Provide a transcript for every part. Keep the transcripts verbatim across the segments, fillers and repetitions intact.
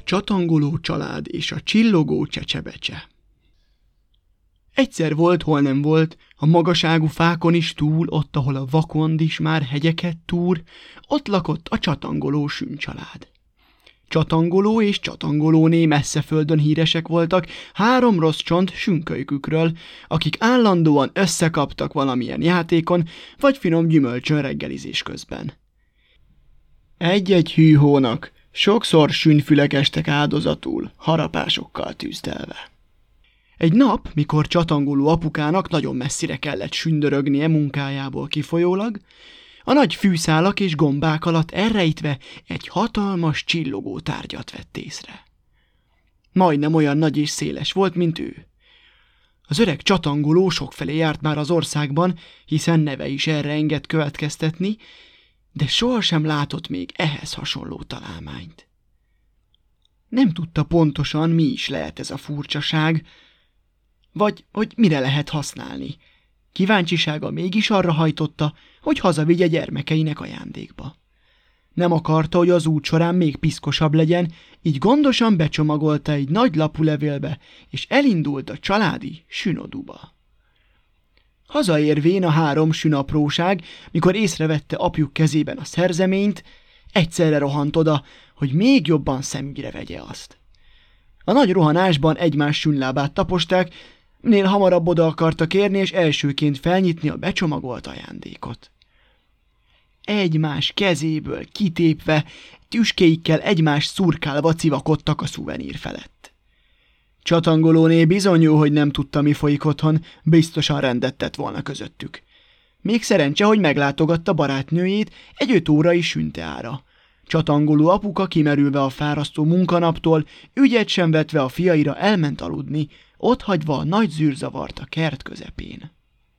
csatangoló család és a csillogó csecsebecse. Egyszer volt, hol nem volt, a magaságú fákon is túl, ott, ahol a vakond is már hegyeket túr, ott lakott a csatangoló sümcsalád. Csatangoló és csatangolóné messze földön híresek voltak három rossz csont sünkölykükről, akik állandóan összekaptak valamilyen játékon, vagy finom gyümölcsön reggelizés közben. Egy-egy hűhónak sokszor sünfülek estek áldozatul, harapásokkal tűzdelve. Egy nap, mikor csatangoló apukának nagyon messzire kellett sündörögnie munkájából kifolyólag, a nagy fűszálak és gombák alatt elrejtve egy hatalmas csillogó tárgyat vett észre. Majdnem olyan nagy és széles volt, mint ő. Az öreg csatangoló sokfelé járt már az országban, hiszen neve is erre enged következtetni, de sohasem látott még ehhez hasonló találmányt. Nem tudta pontosan, mi is lehet ez a furcsaság, vagy hogy mire lehet használni. Kíváncsisága mégis arra hajtotta, hogy hazavigye gyermekeinek ajándékba. Nem akarta, hogy az út során még piszkosabb legyen, így gondosan becsomagolta egy nagy lapú levélbe, és elindult a családi sünoduba. Hazaérvén a három sünapróság, mikor észrevette apjuk kezében a szerzeményt, egyszerre rohant oda, hogy még jobban szemügyre vegye azt. A nagy rohanásban egymás sünlábát taposták, minél hamarabb oda akartak érni, és elsőként felnyitni a becsomagolt ajándékot. Egymás kezéből kitépve, tüskéikkel egymást szurkálva civakodtak a szuvenír felett. Csatangolóné bizony jó, hogy nem tudta, mi folyik otthon, biztosan rendet tett volna közöttük. Még szerencse, hogy meglátogatta barátnőjét egy öt órai sünteára. Csatangoló apuka kimerülve a fárasztó munkanaptól, ügyet sem vetve a fiaira elment aludni, otthagyva a nagy zűrzavart a kert közepén.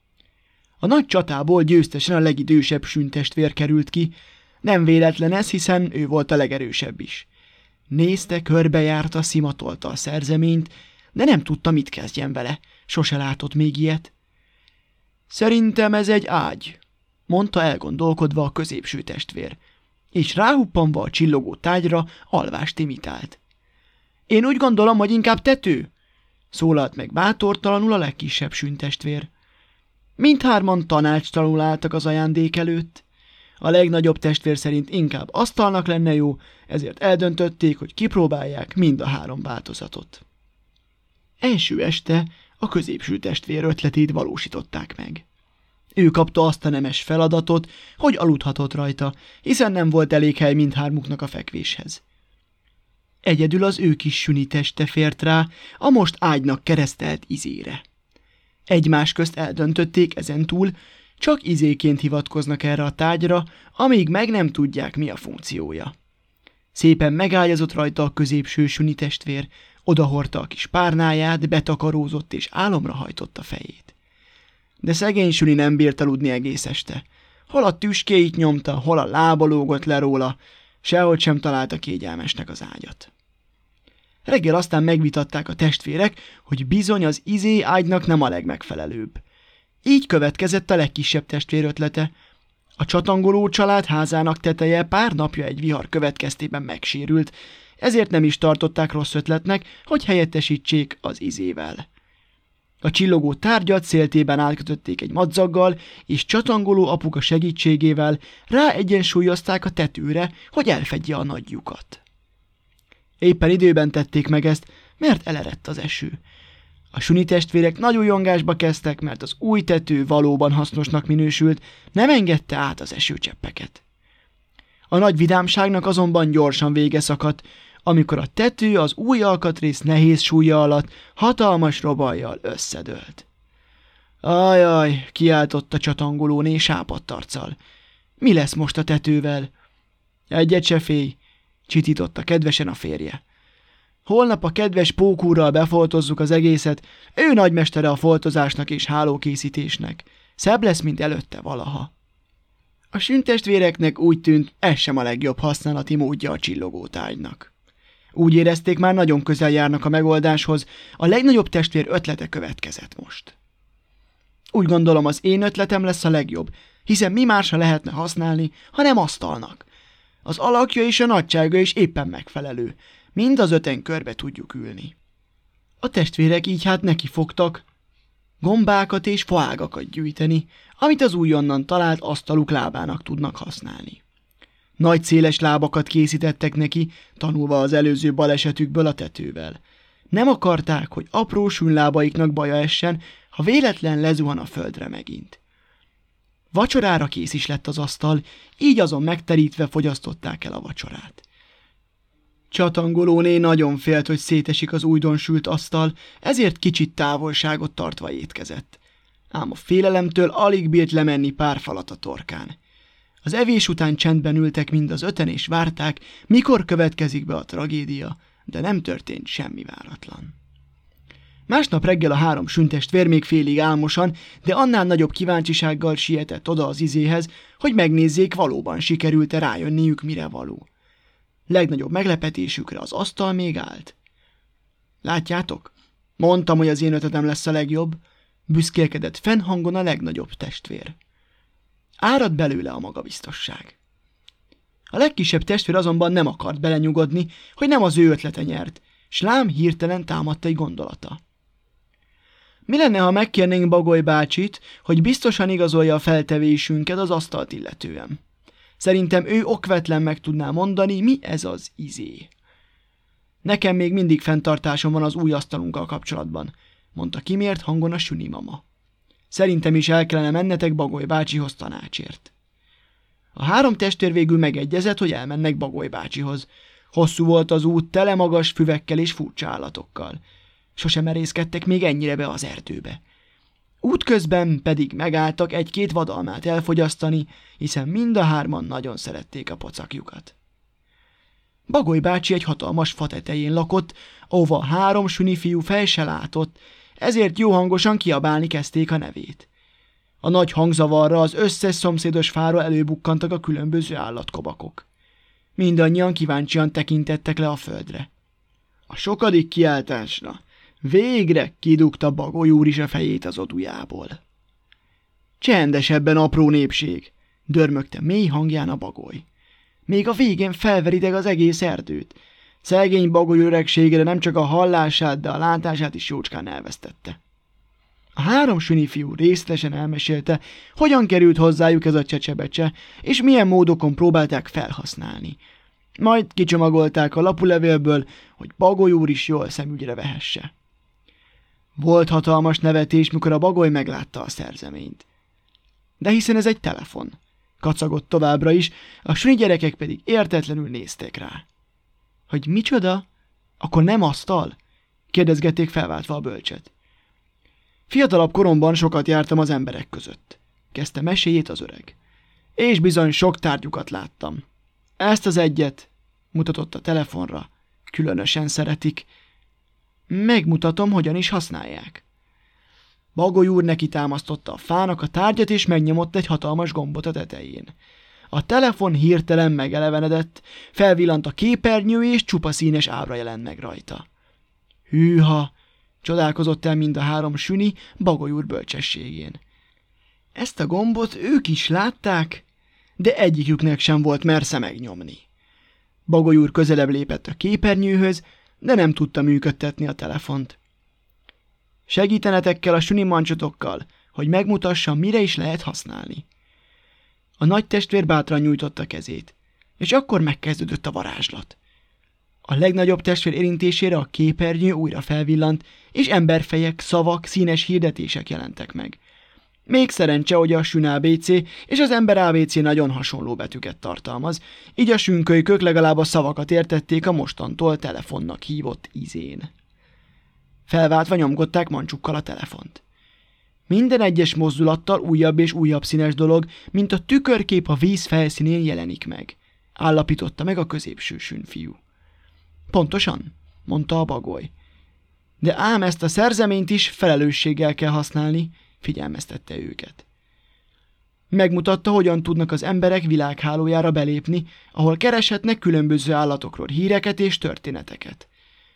A nagy csatából győztesen a legidősebb süntestvér került ki, nem véletlen ez, hiszen ő volt a legerősebb is. Nézte, körbejárta, szimatolta a szerzeményt, de nem tudta, mit kezdjen vele, sose látott még ilyet. Szerintem ez egy ágy, mondta elgondolkodva a középső testvér, és ráhuppanva a csillogó tárgyra alvást imitált. Én úgy gondolom, hogy inkább tető, szólalt meg bátortalanul a legkisebb süntestvér. Mindhárman tanácstalanul álltak az ajándék előtt. A legnagyobb testvér szerint inkább asztalnak lenne jó, ezért eldöntötték, hogy kipróbálják mind a három változatot. Első este a középső testvér ötletét valósították meg. Ő kapta azt a nemes feladatot, hogy aludhatott rajta, hiszen nem volt elég hely mindhármuknak a fekvéshez. Egyedül az ő kis süni teste fért rá a most ágynak keresztelt izére. Egymás közt eldöntötték ezentúl, csak izéként hivatkoznak erre a tárgyra, amíg meg nem tudják, mi a funkciója. Szépen megágyazott rajta a középső süni testvér, odahordta a kis párnáját, betakarózott és álomra hajtotta fejét. De szegény süni nem bírt aludni egész este. Hol a tüskéit nyomta, hol a lába lógott le róla, sehogy sem találta kényelmesnek az ágyat. Reggel aztán megvitatták a testvérek, hogy bizony az izé ágynak nem a legmegfelelőbb. Így következett a legkisebb testvér ötlete. A csatangoló család házának teteje pár napja egy vihar következtében megsérült, ezért nem is tartották rossz ötletnek, hogy helyettesítsék az izével. A csillogó tárgyat széltében átkötötték egy madzaggal, és csatangoló apuka segítségével ráegyensúlyozták a tetőre, hogy elfedje a nagy lyukat. Éppen időben tették meg ezt, mert elerett az eső. A suni testvérek nagy újongásba kezdtek, mert az új tető valóban hasznosnak minősült, nem engedte át az esőcseppeket. A nagy vidámságnak azonban gyorsan vége szakadt, amikor a tető az új alkatrész nehéz súlya alatt hatalmas robajjal összedőlt. Ajaj, kiáltotta csatangolóné sápadt arccal. Mi lesz most a tetővel? Egyet se félj, csitította kedvesen a férje. Holnap a kedves pókúrral befoltozzuk az egészet, ő nagymestere a foltozásnak és hálókészítésnek. Szebb lesz, mint előtte valaha. A süntestvéreknek úgy tűnt, ez sem a legjobb használati módja a csillogó tárgynak. Úgy érezték, már nagyon közel járnak a megoldáshoz, a legnagyobb testvér ötlete következett most. Úgy gondolom, az én ötletem lesz a legjobb, hiszen mi másra lehetne használni, ha nem asztalnak. Az alakja és a nagysága is éppen megfelelő. Mind az öten körbe tudjuk ülni. A testvérek így hát nekifogtak gombákat és faágakat gyűjteni, amit az újonnan talált asztaluk lábának tudnak használni. Nagy széles lábakat készítettek neki, tanulva az előző balesetükből a tetővel. Nem akarták, hogy apró sünlábaiknak baja essen, ha véletlen lezuhan a földre megint. Vacsorára kész is lett az asztal, így azon megterítve fogyasztották el a vacsorát. Csatangolóné nagyon félt, hogy szétesik az újdonsült asztal, ezért kicsit távolságot tartva étkezett. Ám a félelemtől alig bírt lemenni pár falat a torkán. Az evés után csendben ültek mind az öten és várták, mikor következik be a tragédia, de nem történt semmi váratlan. Másnap reggel a három süntestvér még félig álmosan, de annál nagyobb kíváncsisággal sietett oda az izéhez, hogy megnézzék, valóban sikerült-e rájönniük, mire való. Legnagyobb meglepetésükre az asztal még állt. Látjátok? Mondtam, hogy az én ötletem lesz a legjobb, büszkélkedett fennhangon a legnagyobb testvér. Árad belőle a magabiztosság. A legkisebb testvér azonban nem akart belenyugodni, hogy nem az ő ötlete nyert, s lám hirtelen támadt egy gondolata. Mi lenne, ha megkérnénk Bagoly bácsit, hogy biztosan igazolja a feltevésünket az asztalt illetően? Szerintem ő okvetlen meg tudná mondani, mi ez az izé. Nekem még mindig fenntartásom van az új asztalunkkal kapcsolatban, mondta kimért hangon a Süni mama. Szerintem is el kellene mennetek Bagoly bácsihoz tanácsért. A három testvér végül megegyezett, hogy elmennek Bagoly bácsihoz. Hosszú volt az út, tele magas füvekkel és furcsa állatokkal. Sosem merészkedtek még ennyire be az erdőbe. Útközben pedig megálltak egy-két vadalmát elfogyasztani, hiszen mind a hárman nagyon szerették a pocakjukat. Bagoly bácsi egy hatalmas fa tetején lakott, ahova három Süni fiú fel se látott, ezért jó hangosan kiabálni kezdték a nevét. A nagy hangzavarra az összes szomszédos fára előbukkantak a különböző állatkobakok. Mindannyian kíváncsian tekintettek le a földre. A sokadik kiáltásra végre kidugta Bagoly úr is a fejét az odujából. Csendesebben, apró népség, dörmögte mély hangján a Bagoly. Még a végén felverideg az egész erdőt. Szegény Bagoly öregségére nem csak a hallását, de a látását is jócskán elvesztette. A három Süni fiú részletesen elmesélte, hogyan került hozzájuk ez a csecsebecse, és milyen módokon próbálták felhasználni. Majd kicsomagolták a lapulevélből, hogy Bagoly úr is jól szemügyre vehesse. Volt hatalmas nevetés, mikor a Bagoly meglátta a szerzeményt. De hiszen ez egy telefon, kacagott továbbra is, a Süni gyerekek pedig értetlenül nézték rá. Hogy micsoda? Akkor nem asztal? Kérdezgették felváltva a bölcset. Fiatalabb koromban sokat jártam az emberek között, kezdte meséjét az öreg. És bizony sok tárgyukat láttam. Ezt az egyet, mutatott a telefonra, különösen szeretik. Megmutatom, hogyan is használják. Bagoly úr neki támasztotta a fának a tárgyat, és megnyomott egy hatalmas gombot a tetején. A telefon hirtelen megelevenedett, felvillant a képernyő, és csupa színes ábra jelent meg rajta. Hűha! Csodálkozott el mind a három Süni Bagoly úr bölcsességén. Ezt a gombot ők is látták, de egyiküknek sem volt mersze megnyomni. Bagoly úr közelebb lépett a képernyőhöz, de nem tudta működtetni a telefont. Segítenetek kell a Süni mancsotokkal, hogy megmutassa, mire is lehet használni. A nagy testvér bátran nyújtotta kezét, és akkor megkezdődött a varázslat. A legnagyobb testvér érintésére a képernyő újra felvillant, és emberfejek, szavak, színes hirdetések jelentek meg. Még szerencse, hogy a Sün á bé cé és az ember á bé cé nagyon hasonló betűket tartalmaz, így a sünkölykök legalább a szavakat értették a mostantól telefonnak hívott izén. Felváltva nyomkodták mancsukkal a telefont. Minden egyes mozdulattal újabb és újabb színes dolog, mint a tükörkép a víz felszínén jelenik meg, állapította meg a középső Sün fiú. Pontosan, mondta a Bagoly. De ám ezt a szerzeményt is felelősséggel kell használni, figyelmeztette őket. Megmutatta, hogyan tudnak az emberek világhálójára belépni, ahol kereshetnek különböző állatokról híreket és történeteket.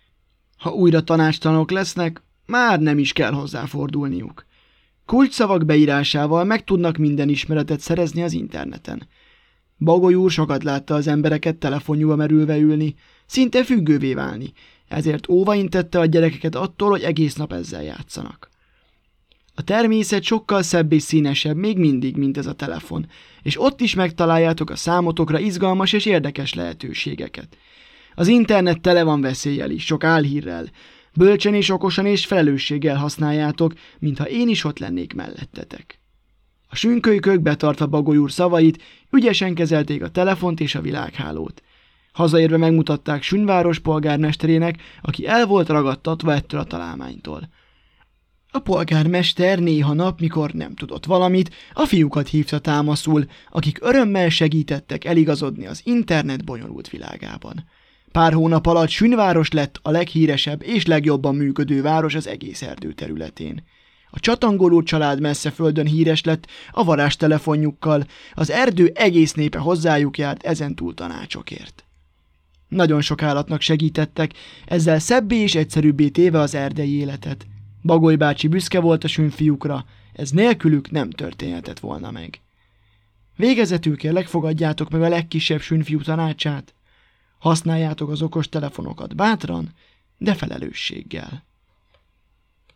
Ha újra tanácstalanok lesznek, már nem is kell hozzáfordulniuk. Kulcsszavak beírásával meg tudnak minden ismeretet szerezni az interneten. Bagoly úr sokat látta az embereket telefonjúba merülve ülni, szinte függővé válni, ezért óvaintette a gyerekeket attól, hogy egész nap ezzel játszanak. A természet sokkal szebb és színesebb még mindig, mint ez a telefon, és ott is megtaláljátok a számotokra izgalmas és érdekes lehetőségeket. Az internet tele van veszéllyel is, sok álhírrel. Bölcsen és okosan és felelősséggel használjátok, mintha én is ott lennék mellettetek. A sünkölykök, betartva Bagoly úr szavait, ügyesen kezelték a telefont és a világhálót. Hazaérve megmutatták Sünváros polgármesterének, aki el volt ragadtatva ettől a találmánytól. A polgármester néha nap, mikor nem tudott valamit, a fiúkat hívta támaszul, akik örömmel segítettek eligazodni az internet bonyolult világában. Pár hónap alatt Sünváros lett a leghíresebb és legjobban működő város az egész erdő területén. A csatangoló család messze földön híres lett a varázstelefonjukkal, az erdő egész népe hozzájuk járt ezentúl tanácsokért. Nagyon sok állatnak segítettek, ezzel szebbé és egyszerűbbé téve az erdei életet. Bagoly bácsi büszke volt a sünfiúkra, ez nélkülük nem történhetett volna meg. Végezetül kérlek, fogadjátok meg a legkisebb sünfiú tanácsát. Használjátok az okos telefonokat bátran, de felelősséggel.